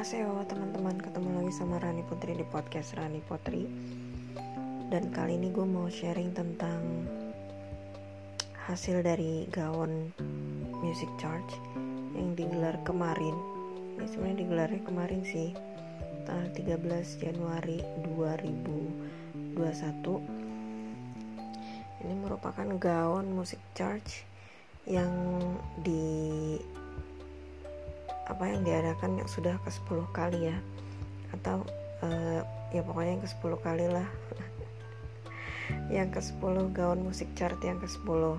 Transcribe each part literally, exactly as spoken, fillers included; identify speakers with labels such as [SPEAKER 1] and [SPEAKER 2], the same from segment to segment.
[SPEAKER 1] Annyeonghaseyo teman-teman, ketemu lagi sama Rani Putri di podcast Rani Putri. Dan kali ini gue mau sharing tentang hasil dari gaon music charge yang digelar kemarin. Ya sebenarnya digelarnya kemarin sih, tanggal tiga belas Januari dua ribu dua puluh satu. Ini merupakan gaon music charge yang di apa yang diadakan yang sudah ke sepuluh kali ya, atau uh, ya pokoknya yang ke sepuluh kali lah yang ke sepuluh gaon musik chart yang ke sepuluh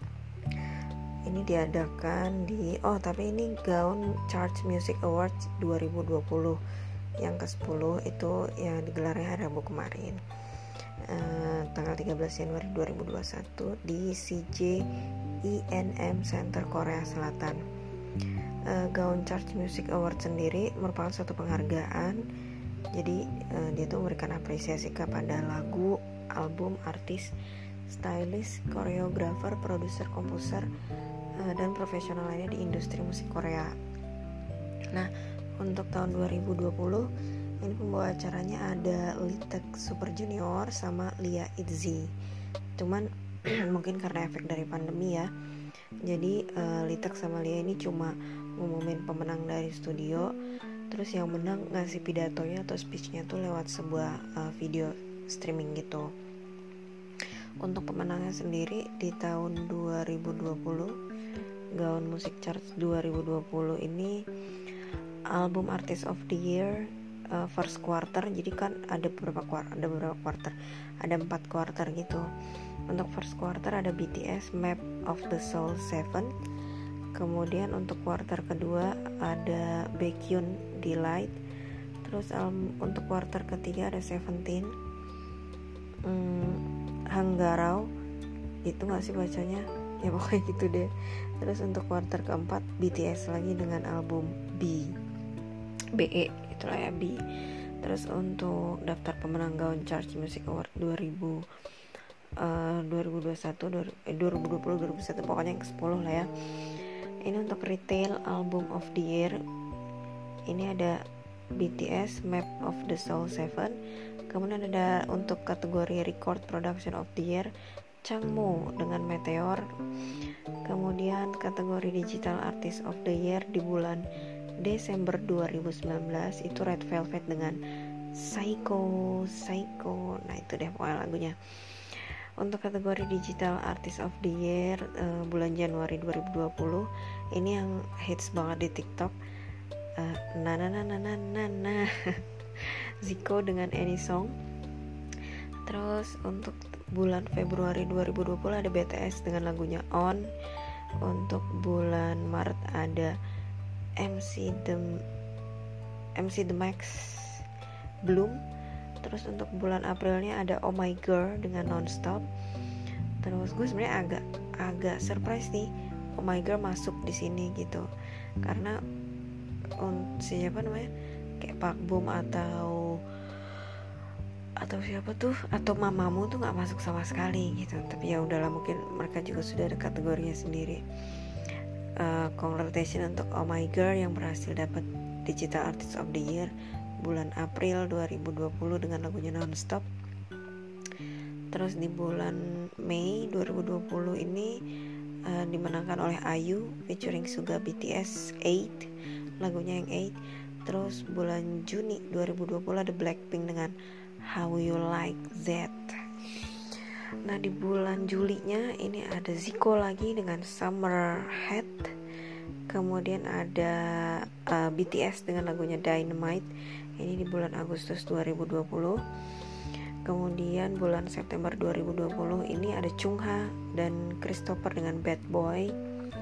[SPEAKER 1] ini diadakan di oh tapi ini gaon Charts Music Awards dua ribu dua puluh yang ke sepuluh itu yang digelarnya hari Rabu kemarin, uh, tanggal tiga belas Januari dua ribu dua puluh satu di C J E N M Center Korea Selatan. Uh, gaon Charts Music Award sendiri merupakan suatu penghargaan. Jadi uh, dia tuh memberikan apresiasi kepada lagu, album, artis, stylist, koreografer, produser, komposer, uh, dan profesional lainnya di industri musik Korea. Nah, untuk tahun dua ribu dua puluh ini pembawa acaranya ada Litek Super Junior sama Lia Itzy. Cuman mungkin karena efek dari pandemi ya, jadi uh, Litek sama Lia ini cuma ngumumin pemenang dari studio, terus yang menang ngasih pidatonya atau speechnya tuh lewat sebuah uh, video streaming gitu. Untuk pemenangnya sendiri di tahun dua ribu dua puluh, gaon musik charts dua ribu dua puluh ini album Artist of the Year uh, first quarter. Jadi kan ada beberapa quarter, ada beberapa quarter, ada empat quarter gitu. Untuk first quarter ada B T S Map of the Soul seven. Kemudian untuk quarter kedua ada Baekhyun Delight. Terus um, untuk quarter ketiga ada Seventeen, hmm, Hanggarao, itu nggak sih bacanya? Ya pokoknya gitu deh. Terus untuk quarter keempat B T S lagi dengan album B, B E itulah ya B. Terus untuk daftar pemenang gaon Charts Music Award dua ribu uh, dua ribu dua puluh satu, eh, dua ribu dua puluh, dua ribu dua puluh satu pokoknya yang ke sepuluh lah ya. Ini untuk retail album of the year ini ada B T S Map of the Soul seven. Kemudian ada untuk kategori record production of the year Changmu dengan Meteor. Kemudian kategori digital artist of the year di bulan Desember dua ribu sembilan belas itu Red Velvet dengan Psycho Psycho. Nah itu deh pokoknya lagunya. Untuk kategori Digital Artist of the Year uh, bulan Januari dua ribu dua puluh ini yang hits banget di TikTok, uh, na na na na na na na Zico dengan Any Song. Terus untuk bulan Februari dua ribu dua puluh ada B T S dengan lagunya On. Untuk bulan Maret ada M C The M C The Max Bloom. Terus untuk bulan Aprilnya ada Oh My Girl dengan Nonstop. Terus gue sebenarnya agak agak surprise nih Oh My Girl masuk di sini gitu, karena um, siapa namanya kayak Park Boom atau atau siapa tuh atau Mamamoo tuh nggak masuk sama sekali gitu. Tapi ya udahlah, mungkin mereka juga sudah ada kategorinya sendiri. Uh, congratulations untuk Oh My Girl yang berhasil dapat Digital Artist of the Year bulan April dua ribu dua puluh dengan lagunya Nonstop. Terus di bulan Mei dua ribu dua puluh ini uh, dimenangkan oleh I U featuring Suga B T S eight, lagunya yang eight. Terus bulan Juni dua ribu dua puluh ada Blackpink dengan How You Like That. Nah di bulan Julinya ini ada Zico lagi dengan Summer Head. Kemudian ada uh, B T S dengan lagunya Dynamite. Ini di bulan Agustus dua ribu dua puluh. Kemudian bulan September dua ribu dua puluh ini ada Chungha dan Christopher dengan Bad Boy.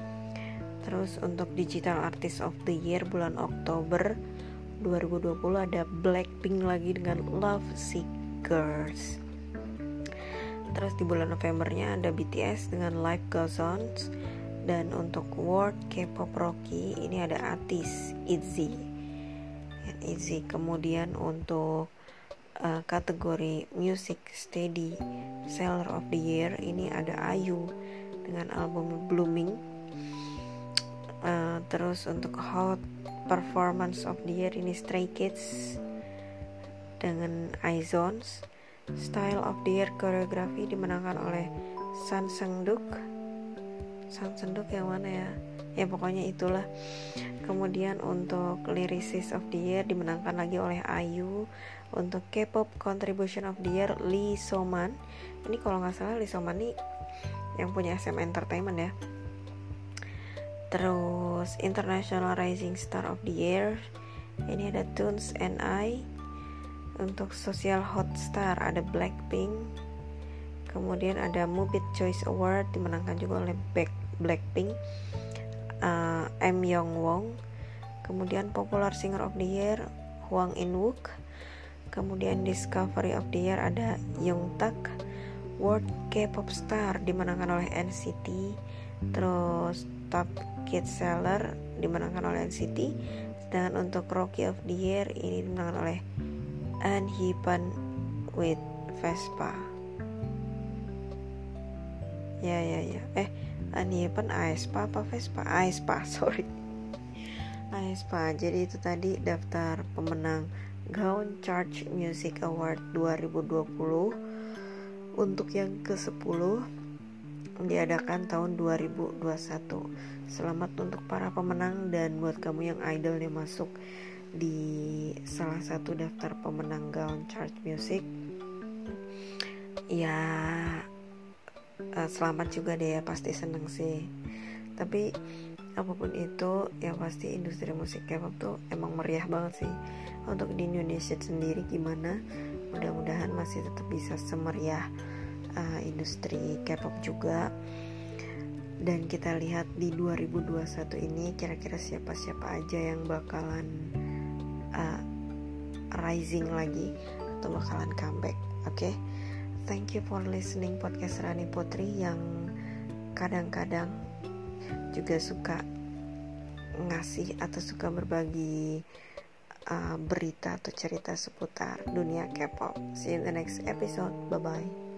[SPEAKER 1] Terus untuk Digital Artist of the Year bulan Oktober dua ribu dua puluh ada Blackpink lagi dengan Love Seekers. Terus di bulan Novembernya ada B T S dengan Life Goes On. Dan untuk World K-pop Rookie ini ada Atis, Itzy, Itzy. Kemudian untuk uh, kategori Music Steady Seller of the Year ini ada I U dengan album Blooming. Uh, terus untuk Hot performance of the year ini Stray Kids dengan iZones. Style of the year choreography dimenangkan oleh San Seung-duk. San Seung-duk yang mana ya? Ya pokoknya itulah. Kemudian untuk lyricist of the year dimenangkan lagi oleh I U. Untuk K-pop contribution of the year Lee So-man. Ini kalau nggak salah Lee So-man nih yang punya S M Entertainment ya. Terus International Rising Star of the Year ini ada Toons and I. Untuk Social Hot Star ada Blackpink. Kemudian ada Mubit Choice Award dimenangkan juga oleh Blackpink, uh, M Young Won. Kemudian Popular Singer of the Year Hwang In-wook. Kemudian Discovery of the Year ada Youngtak. World K-pop Star dimenangkan oleh N C T. Terus Top Kids Seller dimenangkan oleh N C T. Sedangkan untuk Rookie of the Year ini dimenangkan oleh An Hee-pan with Vespa. Ya ya ya. Eh, An Hee-pan Aespa apa Vespa? Aespa, sorry. Aespa. Jadi itu tadi daftar pemenang Gaon Chart Music Award dua ribu dua puluh. Untuk yang kesepuluh diadakan tahun dua ribu dua puluh satu. Selamat untuk para pemenang dan buat kamu yang idolnya masuk di salah satu daftar pemenang Gaon Chart Music. Ya uh, selamat juga deh ya, pasti seneng sih. Tapi apapun itu ya pasti industri musik K-pop tuh emang meriah banget sih. Untuk di Indonesia sendiri gimana? Mudah-mudahan masih tetap bisa semeriah uh, industri K-pop juga. Dan kita lihat di dua ribu dua puluh satu ini kira-kira siapa-siapa aja yang bakalan uh, rising lagi atau bakalan comeback. Oke, okay? Thank you for listening podcast Rani Putri yang kadang-kadang juga suka ngasih atau suka berbagi uh, berita atau cerita seputar dunia K-pop. See you in the next episode. Bye bye.